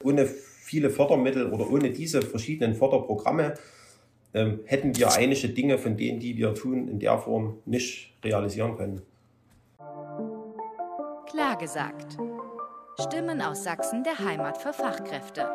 ohne viele Fördermittel oder ohne diese verschiedenen Förderprogramme hätten wir einige Dinge von denen, die wir tun, in der Form nicht realisieren können. Klar gesagt. Stimmen aus Sachsen, der Heimat für Fachkräfte.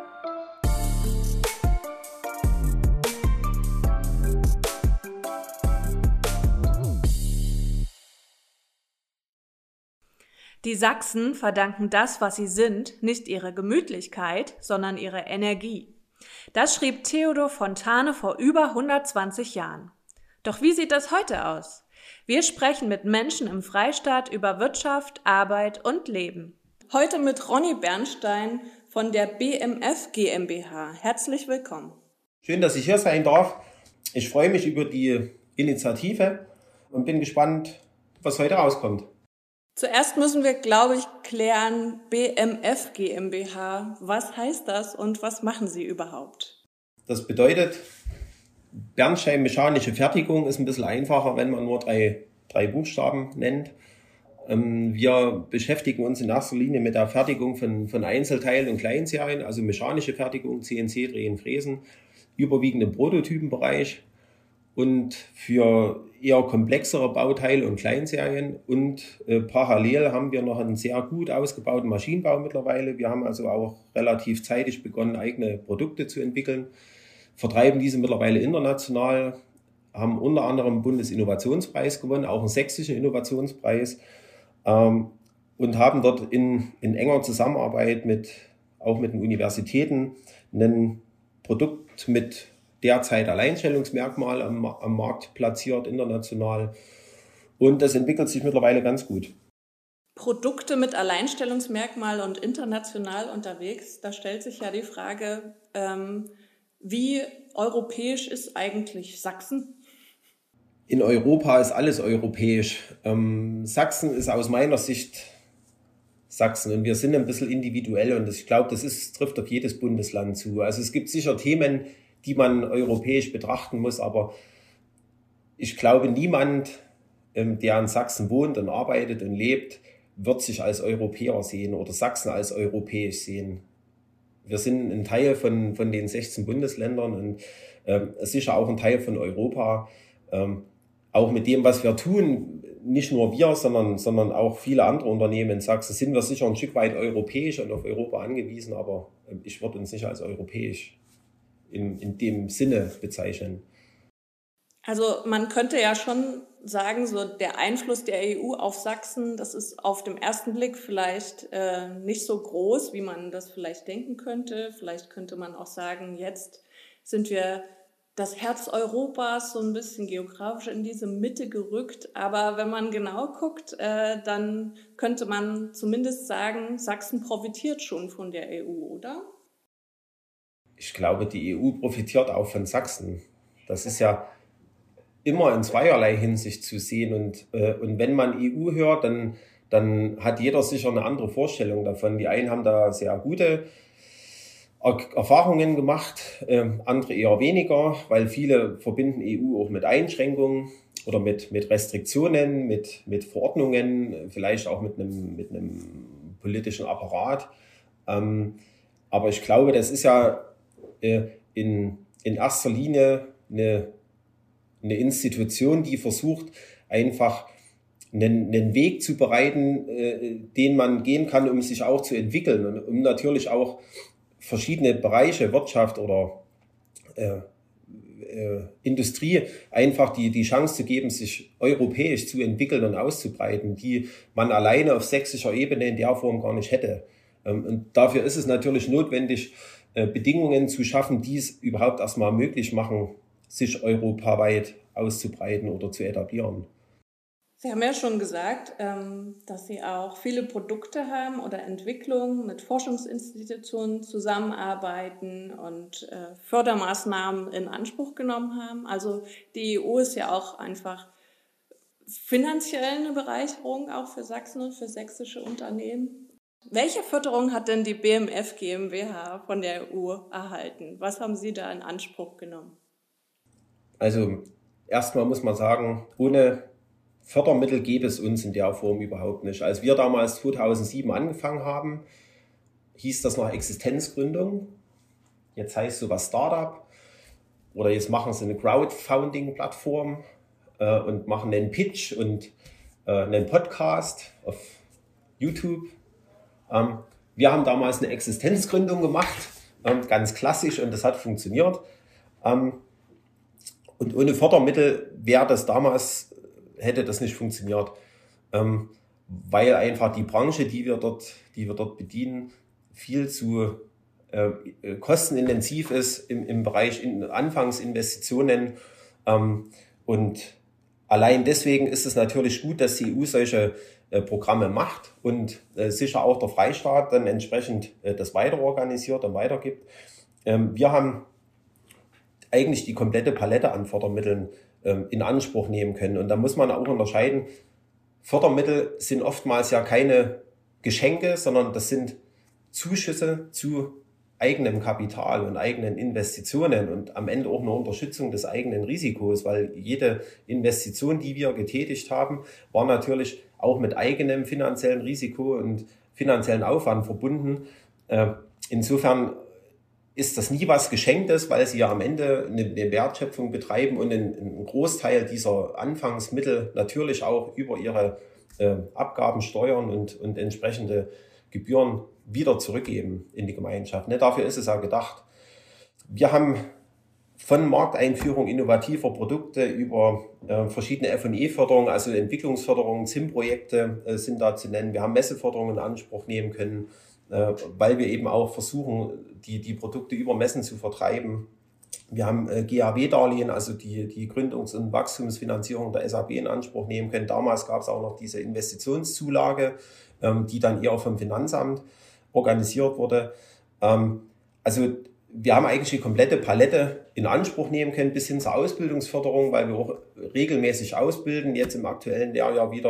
Die Sachsen verdanken das, was sie sind, nicht ihrer Gemütlichkeit, sondern ihrer Energie. Das schrieb Theodor Fontane vor über 120 Jahren. Doch wie sieht das heute aus? Wir sprechen mit Menschen im Freistaat über Wirtschaft, Arbeit und Leben. Heute mit Ronny Bernstein von der BMF GmbH. Herzlich willkommen. Schön, dass ich hier sein darf. Ich freue mich über die Initiative und bin gespannt, was heute rauskommt. Zuerst müssen wir, glaube ich, klären, BMF GmbH. Was heißt das und was machen Sie überhaupt? Das bedeutet, Bernstein mechanische Fertigung ist ein bisschen einfacher, wenn man nur drei Buchstaben nennt. Wir beschäftigen uns in erster Linie mit der Fertigung von Einzelteilen und Kleinserien, also mechanische Fertigung, CNC, Drehen, Fräsen, überwiegend im Prototypenbereich. Und für eher komplexere Bauteile und Kleinserien und parallel haben wir noch einen sehr gut ausgebauten Maschinenbau mittlerweile. Wir haben also auch relativ zeitig begonnen, eigene Produkte zu entwickeln, vertreiben diese mittlerweile international, haben unter anderem einen Bundesinnovationspreis gewonnen, auch einen sächsischen Innovationspreis und haben dort in enger Zusammenarbeit auch mit den Universitäten ein Produkt mit derzeit Alleinstellungsmerkmal am Markt platziert, international. Und das entwickelt sich mittlerweile ganz gut. Produkte mit Alleinstellungsmerkmal und international unterwegs, da stellt sich ja die Frage, wie europäisch ist eigentlich Sachsen? In Europa ist alles europäisch. Sachsen ist aus meiner Sicht Sachsen und wir sind ein bisschen individuell und ich glaube, trifft auf jedes Bundesland zu. Also es gibt sicher Themen, die man europäisch betrachten muss. Aber ich glaube, niemand, der in Sachsen wohnt und arbeitet und lebt, wird sich als Europäer sehen oder Sachsen als europäisch sehen. Wir sind ein Teil von den 16 Bundesländern und sicher auch ein Teil von Europa. Auch mit dem, was wir tun, nicht nur wir, sondern auch viele andere Unternehmen in Sachsen, sind wir sicher ein Stück weit europäisch und auf Europa angewiesen. Aber ich würde uns nicht als europäisch in dem Sinne bezeichnen. Also man könnte ja schon sagen, so der Einfluss der EU auf Sachsen, das ist auf den ersten Blick vielleicht nicht so groß, wie man das vielleicht denken könnte. Vielleicht könnte man auch sagen, jetzt sind wir das Herz Europas so ein bisschen geografisch in diese Mitte gerückt. Aber wenn man genau guckt, dann könnte man zumindest sagen, Sachsen profitiert schon von der EU, oder? Ich glaube, die EU profitiert auch von Sachsen. Das ist ja immer in zweierlei Hinsicht zu sehen. Und wenn man EU hört, dann hat jeder sicher eine andere Vorstellung davon. Die einen haben da sehr gute Erfahrungen gemacht, andere eher weniger, weil viele verbinden EU auch mit Einschränkungen oder mit Restriktionen, mit Verordnungen, vielleicht auch mit einem politischen Apparat. Aber ich glaube, das ist ja in erster Linie eine Institution, die versucht, einfach einen Weg zu bereiten, den man gehen kann, um sich auch zu entwickeln und um natürlich auch verschiedene Bereiche, Wirtschaft oder Industrie, einfach die Chance zu geben, sich europäisch zu entwickeln und auszubreiten, die man alleine auf sächsischer Ebene in der Form gar nicht hätte. Und dafür ist es natürlich notwendig, Bedingungen zu schaffen, die es überhaupt erstmal möglich machen, sich europaweit auszubreiten oder zu etablieren. Sie haben ja schon gesagt, dass Sie auch viele Produkte haben oder Entwicklungen mit Forschungsinstitutionen zusammenarbeiten und Fördermaßnahmen in Anspruch genommen haben. Also die EU ist ja auch einfach finanziell eine Bereicherung auch für Sachsen und für sächsische Unternehmen. Welche Förderung hat denn die BMF GmbH von der EU erhalten? Was haben Sie da in Anspruch genommen? Also erstmal muss man sagen, ohne Fördermittel gäbe es uns in der Form überhaupt nicht. Als wir damals 2007 angefangen haben, hieß das noch Existenzgründung. Jetzt heißt sowas Startup. Oder jetzt machen sie eine Crowdfunding-Plattform und machen einen Pitch und einen Podcast auf YouTube. Wir haben damals eine Existenzgründung gemacht, ganz klassisch, und das hat funktioniert. Und ohne Fördermittel hätte das nicht funktioniert, weil einfach die Branche, die wir dort bedienen, viel zu kostenintensiv ist im Bereich Anfangsinvestitionen. Und allein deswegen ist es natürlich gut, dass die EU solche Programme macht und sicher auch der Freistaat dann entsprechend das weiter organisiert und weitergibt. Wir haben eigentlich die komplette Palette an Fördermitteln in Anspruch nehmen können. Und da muss man auch unterscheiden, Fördermittel sind oftmals ja keine Geschenke, sondern das sind Zuschüsse zu eigenem Kapital und eigenen Investitionen und am Ende auch eine Unterstützung des eigenen Risikos, weil jede Investition, die wir getätigt haben, war natürlich auch mit eigenem finanziellen Risiko und finanziellen Aufwand verbunden. Insofern ist das nie was Geschenktes, weil sie ja am Ende eine Wertschöpfung betreiben und einen Großteil dieser Anfangsmittel natürlich auch über ihre Abgaben, Steuern und entsprechende Gebühren wieder zurückgeben in die Gemeinschaft. Ne, dafür ist es ja gedacht. Wir haben von Markteinführung innovativer Produkte über verschiedene F&E-Förderungen, also Entwicklungsförderungen, ZIM-Projekte sind da zu nennen. Wir haben Messeförderungen in Anspruch nehmen können, weil wir eben auch versuchen, die Produkte über Messen zu vertreiben. Wir haben GAW-Darlehen, also die Gründungs- und Wachstumsfinanzierung der SAB in Anspruch nehmen können. Damals gab es auch noch diese Investitionszulage, die dann eher vom Finanzamt organisiert wurde. Also wir haben eigentlich die komplette Palette in Anspruch nehmen können, bis hin zur Ausbildungsförderung, weil wir auch regelmäßig ausbilden. Jetzt im aktuellen Lehrjahr wieder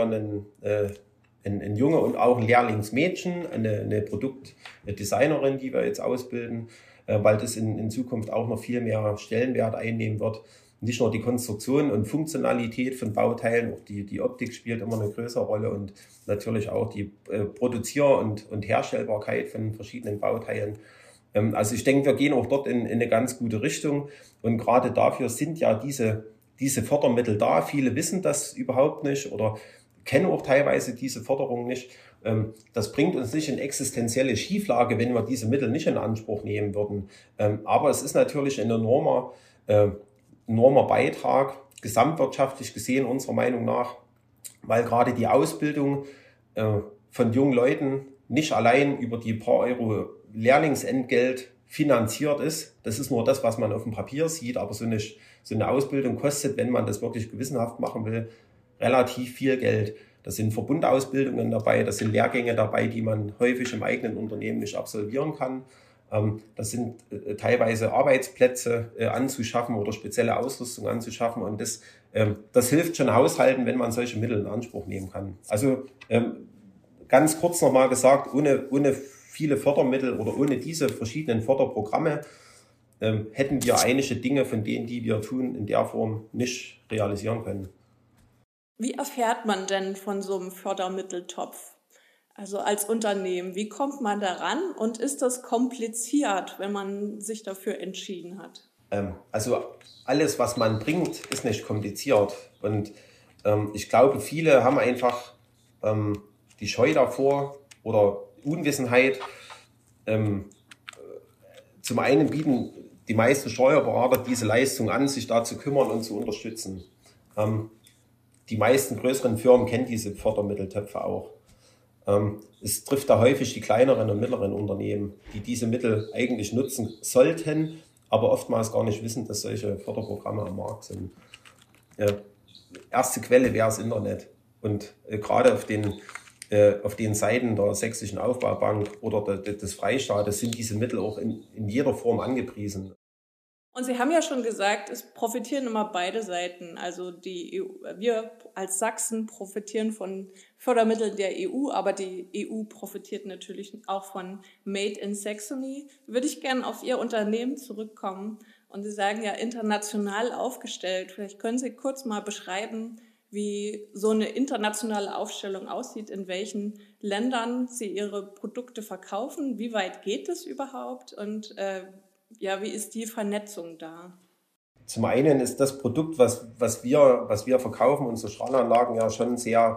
ein Junge und auch ein Lehrlingsmädchen, eine Produktdesignerin, die wir jetzt ausbilden, weil das in Zukunft auch noch viel mehr Stellenwert einnehmen wird. Nicht nur die Konstruktion und Funktionalität von Bauteilen, auch die Optik spielt immer eine größere Rolle und natürlich auch die Produzier- und Herstellbarkeit von verschiedenen Bauteilen. Also ich denke, wir gehen auch dort in eine ganz gute Richtung und gerade dafür sind ja diese Fördermittel da. Viele wissen das überhaupt nicht oder kennen auch teilweise diese Förderung nicht. Das bringt uns nicht in existenzielle Schieflage, wenn wir diese Mittel nicht in Anspruch nehmen würden. Aber es ist natürlich ein enormer Beitrag, gesamtwirtschaftlich gesehen unserer Meinung nach, weil gerade die Ausbildung von jungen Leuten nicht allein über die paar Euro Lehrlingsentgelt finanziert ist. Das ist nur das, was man auf dem Papier sieht, aber so eine Ausbildung kostet, wenn man das wirklich gewissenhaft machen will, relativ viel Geld. Das sind Verbundausbildungen dabei, das sind Lehrgänge dabei, die man häufig im eigenen Unternehmen nicht absolvieren kann. Das sind teilweise Arbeitsplätze anzuschaffen oder spezielle Ausrüstung anzuschaffen und das hilft schon Haushalten, wenn man solche Mittel in Anspruch nehmen kann. Also ganz kurz nochmal gesagt, ohne viele Fördermittel oder ohne diese verschiedenen Förderprogramme hätten wir einige Dinge von denen, die wir tun, in der Form nicht realisieren können. Wie erfährt man denn von so einem Fördermitteltopf? Also als Unternehmen, wie kommt man daran und ist das kompliziert, wenn man sich dafür entschieden hat? Also alles, was man bringt, ist nicht kompliziert und ich glaube, viele haben einfach die Scheu davor oder Unwissenheit. Zum einen bieten die meisten Steuerberater diese Leistung an, sich da zu kümmern und zu unterstützen. Die meisten größeren Firmen kennen diese Fördermitteltöpfe auch. Es trifft da häufig die kleineren und mittleren Unternehmen, die diese Mittel eigentlich nutzen sollten, aber oftmals gar nicht wissen, dass solche Förderprogramme am Markt sind. Erste Quelle wäre das Internet. Und gerade auf den Seiten der Sächsischen Aufbaubank oder des Freistaates sind diese Mittel auch in jeder Form angepriesen. Und Sie haben ja schon gesagt, es profitieren immer beide Seiten. Also wir als Sachsen profitieren von Fördermitteln der EU, aber die EU profitiert natürlich auch von Made in Saxony. Würde ich gerne auf Ihr Unternehmen zurückkommen. Und Sie sagen ja international aufgestellt. Vielleicht können Sie kurz mal beschreiben, wie so eine internationale Aufstellung aussieht, in welchen Ländern Sie Ihre Produkte verkaufen, wie weit geht es überhaupt und wie ist die Vernetzung da? Zum einen ist das Produkt, was wir verkaufen, unsere Strahlanlagen ja schon sehr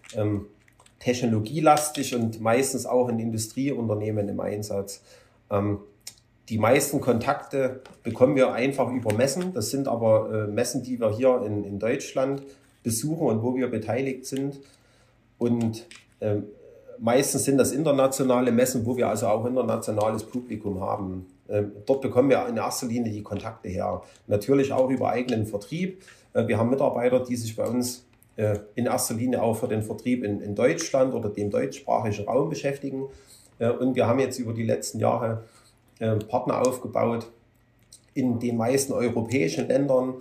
technologielastig und meistens auch in Industrieunternehmen im Einsatz. Die meisten Kontakte bekommen wir einfach über Messen. Das sind aber Messen, die wir hier in Deutschland besuchen und wo wir beteiligt sind. Und meistens sind das internationale Messen, wo wir also auch internationales Publikum haben. Dort bekommen wir in erster Linie die Kontakte her. Natürlich auch über eigenen Vertrieb. Wir haben Mitarbeiter, die sich bei uns in erster Linie auch für den Vertrieb in Deutschland oder dem deutschsprachigen Raum beschäftigen. Und wir haben jetzt über die letzten Jahre Partner aufgebaut in den meisten europäischen Ländern.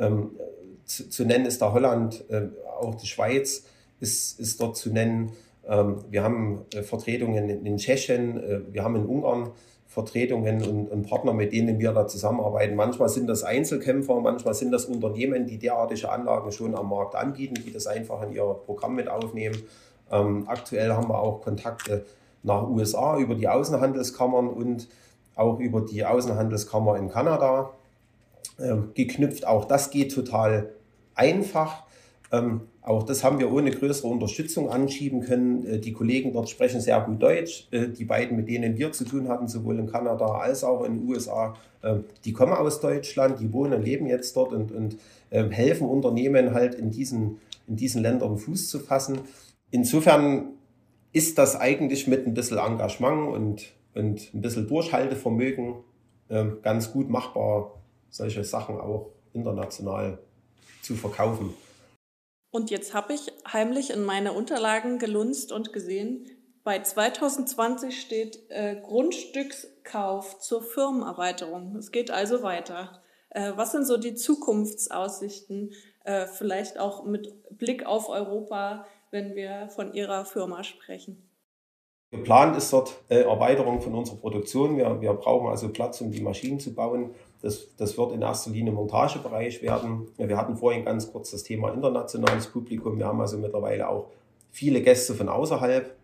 Zu nennen ist da Holland, auch die Schweiz ist dort zu nennen. Wir haben Vertretungen in Tschechien, wir haben in Ungarn Vertretungen und Partner, mit denen wir da zusammenarbeiten. Manchmal sind das Einzelkämpfer, manchmal sind das Unternehmen, die derartige Anlagen schon am Markt anbieten, die das einfach in ihr Programm mit aufnehmen. Aktuell haben wir auch Kontakte nach USA über die Außenhandelskammern und auch über die Außenhandelskammer in Kanada geknüpft. Auch das geht total einfach. Auch das haben wir ohne größere Unterstützung anschieben können. Die Kollegen dort sprechen sehr gut Deutsch. Die beiden, mit denen wir zu tun hatten, sowohl in Kanada als auch in den USA, die kommen aus Deutschland, die wohnen und leben jetzt dort und helfen Unternehmen halt in diesen Ländern Fuß zu fassen. Insofern ist das eigentlich mit ein bisschen Engagement und ein bisschen Durchhaltevermögen ganz gut machbar, solche Sachen auch international zu verkaufen. Und jetzt habe ich heimlich in meine Unterlagen gelunzt und gesehen, bei 2020 steht Grundstückskauf zur Firmenerweiterung. Es geht also weiter. Was sind so die Zukunftsaussichten, vielleicht auch mit Blick auf Europa, wenn wir von Ihrer Firma sprechen? Geplant ist dort Erweiterung von unserer Produktion. Wir brauchen also Platz, um die Maschinen zu bauen. Das wird in erster Linie im Montagebereich werden. Wir hatten vorhin ganz kurz das Thema internationales Publikum. Wir haben also mittlerweile auch viele Gäste von außerhalb.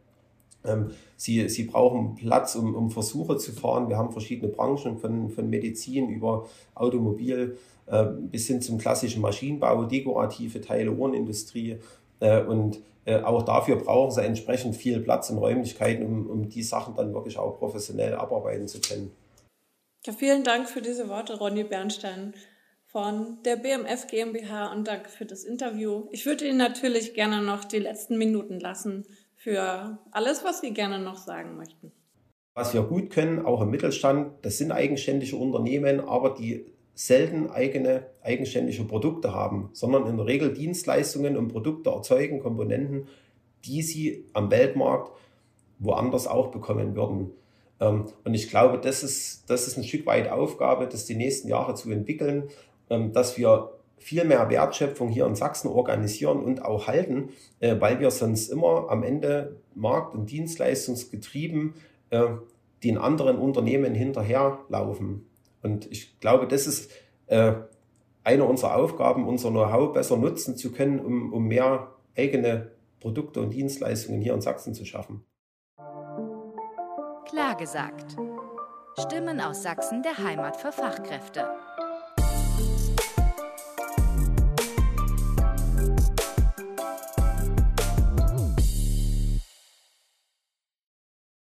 Sie brauchen Platz, um Versuche zu fahren. Wir haben verschiedene Branchen von Medizin über Automobil bis hin zum klassischen Maschinenbau, dekorative Teile, Uhrenindustrie und auch dafür brauchen sie entsprechend viel Platz und Räumlichkeiten, um die Sachen dann wirklich auch professionell abarbeiten zu können. Ja, vielen Dank für diese Worte, Ronny Bernstein von der BMF GmbH und danke für das Interview. Ich würde Ihnen natürlich gerne noch die letzten Minuten lassen für alles, was Sie gerne noch sagen möchten. Was wir gut können, auch im Mittelstand, das sind eigenständige Unternehmen, aber die selten eigene eigenständige Produkte haben, sondern in der Regel Dienstleistungen und Produkte erzeugen, Komponenten, die sie am Weltmarkt woanders auch bekommen würden. Und ich glaube, das ist ein Stück weit Aufgabe, das die nächsten Jahre zu entwickeln, dass wir viel mehr Wertschöpfung hier in Sachsen organisieren und auch halten, weil wir sonst immer am Ende markt- und dienstleistungsgetrieben den anderen Unternehmen hinterherlaufen. Und ich glaube, das ist eine unserer Aufgaben, unser Know-how besser nutzen zu können, um mehr eigene Produkte und Dienstleistungen hier in Sachsen zu schaffen. Klar gesagt. Stimmen aus Sachsen, der Heimat für Fachkräfte.